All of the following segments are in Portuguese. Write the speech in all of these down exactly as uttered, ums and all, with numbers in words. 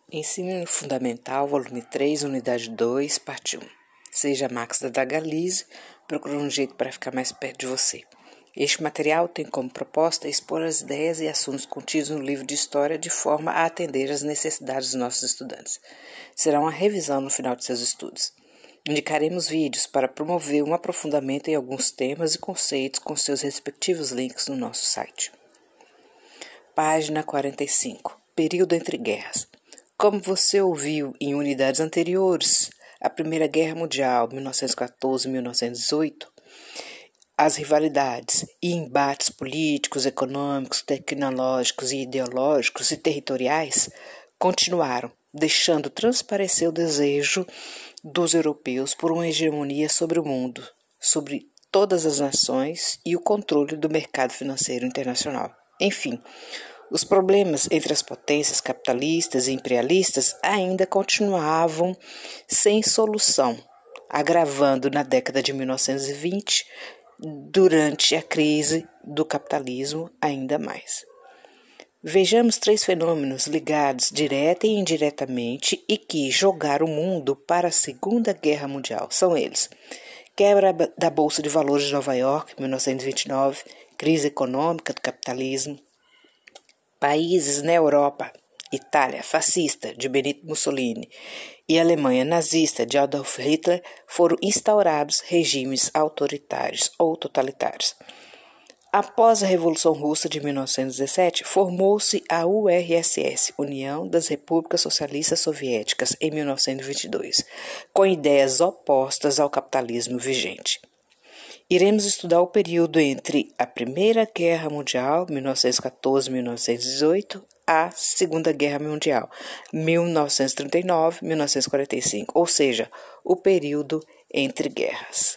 Ensino Fundamental, volume três, unidade dois, parte um. Seja Max da Galize, procurando um jeito para ficar mais perto de você. Este material tem como proposta expor as ideias e assuntos contidos no livro de História de forma a atender às necessidades dos nossos estudantes. Será uma revisão no final de seus estudos. Indicaremos vídeos para promover um aprofundamento em alguns temas e conceitos com seus respectivos links no nosso site. Página quarenta e cinco. Período entre guerras. Como você ouviu em unidades anteriores, a Primeira Guerra Mundial, mil novecentos e quatorze a mil novecentos e dezoito, as rivalidades e embates políticos, econômicos, tecnológicos e ideológicos e territoriais continuaram, deixando transparecer o desejo dos europeus por uma hegemonia sobre o mundo, sobre todas as nações e o controle do mercado financeiro internacional. Enfim, os problemas entre as potências capitalistas e imperialistas ainda continuavam sem solução, agravando na década de mil novecentos e vinte, durante a crise do capitalismo, ainda mais. Vejamos três fenômenos ligados direta e indiretamente e que jogaram o mundo para a Segunda Guerra Mundial. São eles: quebra da Bolsa de Valores de Nova York, mil novecentos e vinte e nove, crise econômica do capitalismo. Países na Europa, Itália fascista de Benito Mussolini e Alemanha nazista de Adolf Hitler, foram instaurados regimes autoritários ou totalitários. Após a Revolução Russa de mil novecentos e dezessete, formou-se a U R S S, União das Repúblicas Socialistas Soviéticas, em mil novecentos e vinte e dois, com ideias opostas ao capitalismo vigente. Iremos estudar o período entre a Primeira Guerra Mundial, mil novecentos e quatorze a mil novecentos e dezoito, a Segunda Guerra Mundial, mil novecentos e trinta e nove a mil novecentos e quarenta e cinco, ou seja, o período entre guerras.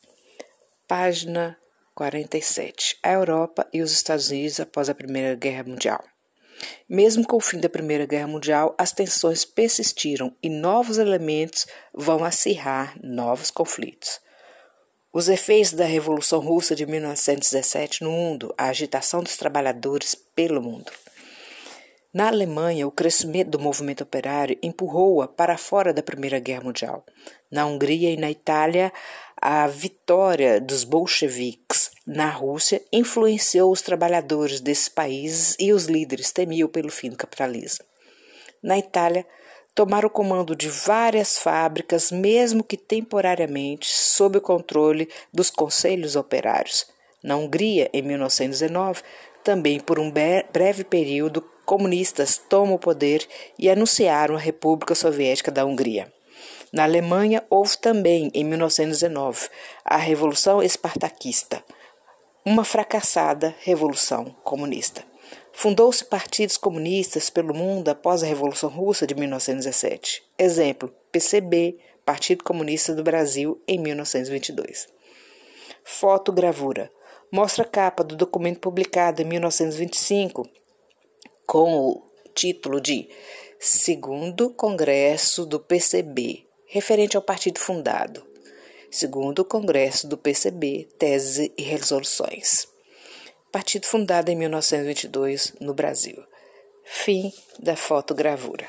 Página quarenta e sete. A Europa e os Estados Unidos após a Primeira Guerra Mundial. Mesmo com o fim da Primeira Guerra Mundial, as tensões persistiram e novos elementos vão acirrar novos conflitos. Os efeitos da Revolução Russa de mil novecentos e dezessete no mundo, a agitação dos trabalhadores pelo mundo. Na Alemanha, o crescimento do movimento operário empurrou-a para fora da Primeira Guerra Mundial. Na Hungria e na Itália, a vitória dos bolcheviques na Rússia influenciou os trabalhadores desses países e os líderes temiam pelo fim do capitalismo. Na Itália, tomaram o comando de várias fábricas, mesmo que temporariamente, sob o controle dos conselhos operários. Na Hungria, em mil novecentos e dezenove, também por um breve período, comunistas tomam o poder e anunciaram a República Soviética da Hungria. Na Alemanha, houve também, em mil novecentos e dezenove, a Revolução Espartaquista, uma fracassada revolução comunista. Fundou-se partidos comunistas pelo mundo após a Revolução Russa de mil novecentos e dezessete. Exemplo, P C B, Partido Comunista do Brasil, em mil novecentos e vinte e dois. Fotogravura. Mostra a capa do documento publicado em mil novecentos e vinte e cinco com o título de Segundo Congresso do P C B, referente ao partido fundado. Segundo Congresso do P C B, Teses e Resoluções. Partido fundado em mil novecentos e vinte e dois no Brasil. Fim da fotogravura.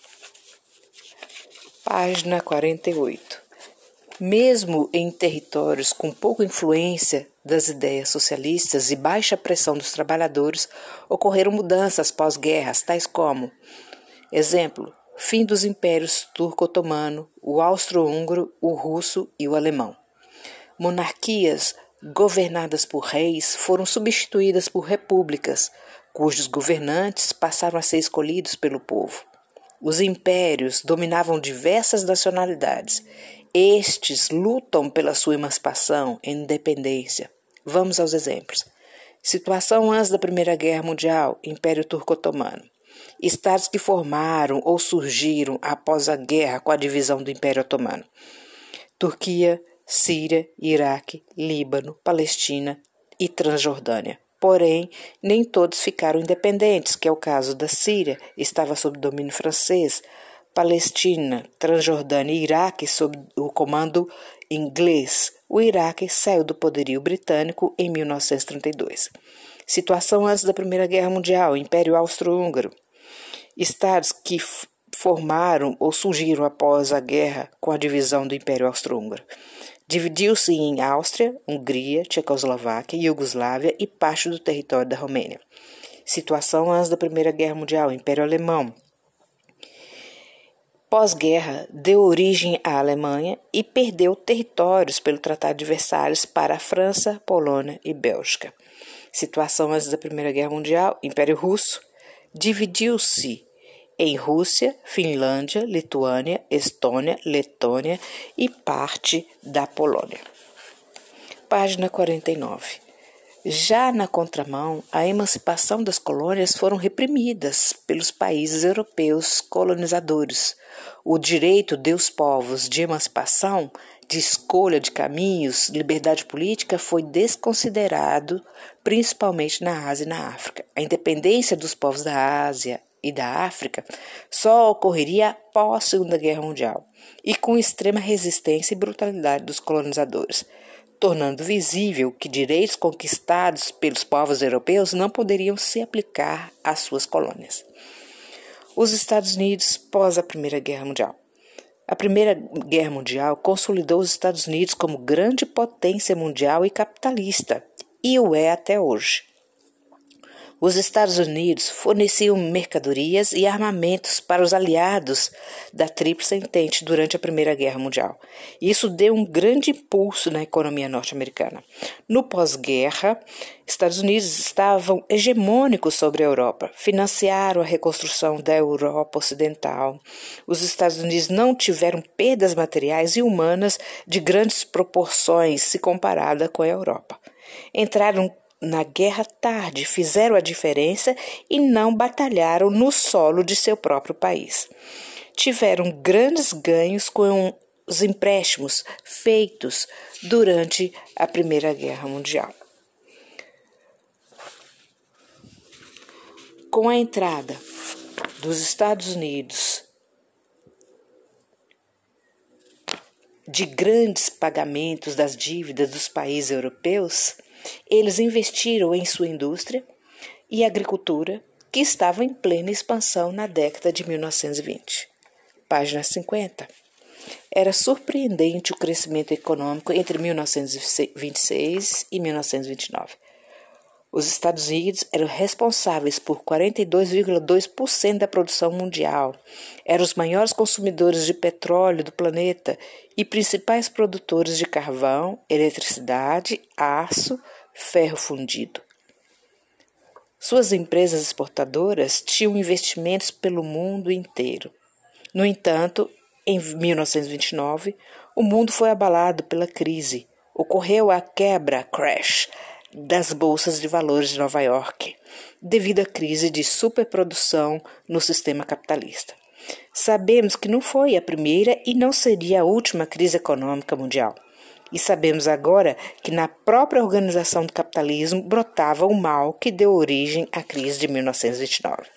Página quarenta e oito. Mesmo em territórios com pouca influência das ideias socialistas e baixa pressão dos trabalhadores, ocorreram mudanças pós-guerras, tais como: exemplo, fim dos impérios turco-otomano, o austro-húngaro, o russo e o alemão. Monarquias governadas por reis foram substituídas por repúblicas, cujos governantes passaram a ser escolhidos pelo povo. Os impérios dominavam diversas nacionalidades. Estes lutam pela sua emancipação e independência. Vamos aos exemplos. Situação antes da Primeira Guerra Mundial, Império Turco-Otomano. Estados que formaram ou surgiram após a guerra com a divisão do Império Otomano. Turquia, Síria, Iraque, Líbano, Palestina e Transjordânia. Porém, nem todos ficaram independentes, que é o caso da Síria, estava sob domínio francês, Palestina, Transjordânia e Iraque sob o comando inglês. O Iraque saiu do poderio britânico em mil novecentos e trinta e dois. Situação antes da Primeira Guerra Mundial, Império Austro-Húngaro. Estados que formaram ou surgiram após a guerra com a divisão do Império Austro-Húngaro. Dividiu-se em Áustria, Hungria, Tchecoslováquia, Iugoslávia e parte do território da Romênia. Situação antes da Primeira Guerra Mundial, Império Alemão. Pós-guerra, deu origem à Alemanha e perdeu territórios pelo Tratado de Versalhes para a França, Polônia e Bélgica. Situação antes da Primeira Guerra Mundial, Império Russo. Dividiu-se em Rússia, Finlândia, Lituânia, Estônia, Letônia e parte da Polônia. Página quarenta e nove. Já na contramão, a emancipação das colônias foram reprimidas pelos países europeus colonizadores. O direito dos povos de emancipação, de escolha de caminhos, liberdade política foi desconsiderado, principalmente na Ásia e na África. A independência dos povos da Ásia e da África só ocorreria após a Segunda Guerra Mundial e com extrema resistência e brutalidade dos colonizadores, tornando visível que direitos conquistados pelos povos europeus não poderiam se aplicar às suas colônias. Os Estados Unidos pós a Primeira Guerra Mundial. A Primeira Guerra Mundial consolidou os Estados Unidos como grande potência mundial e capitalista, e o é até hoje. Os Estados Unidos forneciam mercadorias e armamentos para os aliados da Tríplice Entente durante a Primeira Guerra Mundial. Isso deu um grande impulso na economia norte-americana. No pós-guerra, Estados Unidos estavam hegemônicos sobre a Europa, financiaram a reconstrução da Europa Ocidental. Os Estados Unidos não tiveram perdas materiais e humanas de grandes proporções se comparada com a Europa. Entraram na guerra tarde, fizeram a diferença e não batalharam no solo de seu próprio país. Tiveram grandes ganhos com os empréstimos feitos durante a Primeira Guerra Mundial. Com a entrada dos Estados Unidos de grandes pagamentos das dívidas dos países europeus, eles investiram em sua indústria e agricultura, que estavam em plena expansão na década de mil novecentos e vinte. Página cinquenta. Era surpreendente o crescimento econômico entre mil novecentos e vinte e seis e mil novecentos e vinte e nove. Os Estados Unidos eram responsáveis por quarenta e dois vírgula dois por cento da produção mundial, eram os maiores consumidores de petróleo do planeta e principais produtores de carvão, eletricidade, aço, ferro fundido. Suas empresas exportadoras tinham investimentos pelo mundo inteiro. No entanto, em mil novecentos e vinte e nove, o mundo foi abalado pela crise. Ocorreu a quebra, crash, das bolsas de valores de Nova York, devido à crise de superprodução no sistema capitalista. Sabemos que não foi a primeira e não seria a última crise econômica mundial. E sabemos agora que na própria organização do capitalismo brotava o mal que deu origem à crise de mil novecentos e vinte e nove.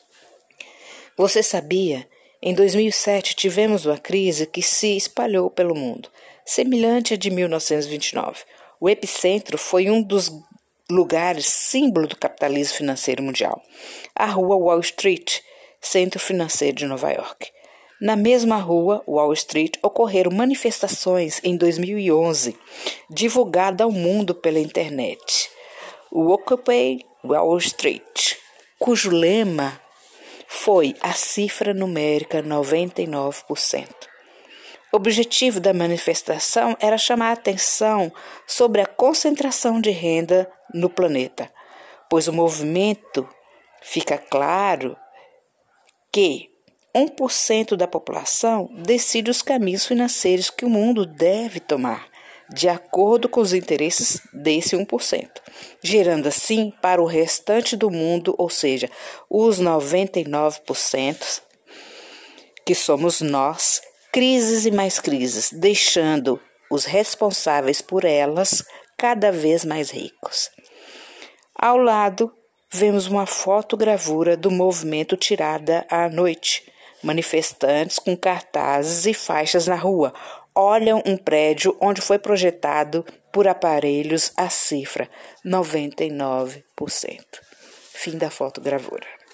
Você sabia? Em dois mil e sete tivemos uma crise que se espalhou pelo mundo, semelhante à de mil novecentos e vinte e nove. O epicentro foi um dos lugares símbolo do capitalismo financeiro mundial, a rua Wall Street, centro financeiro de Nova York. Na mesma rua, Wall Street, ocorreram manifestações em dois mil e onze, divulgada ao mundo pela internet. O Occupy Wall Street, cujo lema foi a cifra numérica noventa e nove por cento. O objetivo da manifestação era chamar a atenção sobre a concentração de renda no planeta, pois o movimento fica claro que um por cento da população decide os caminhos financeiros que o mundo deve tomar, de acordo com os interesses desse um por cento, gerando assim para o restante do mundo, ou seja, os noventa e nove por cento, que somos nós, crises e mais crises, deixando os responsáveis por elas cada vez mais ricos. Ao lado, vemos uma fotogravura do movimento tirada à noite. Manifestantes com cartazes e faixas na rua olham um prédio onde foi projetado por aparelhos a cifra noventa e nove por cento. Fim da fotogravura.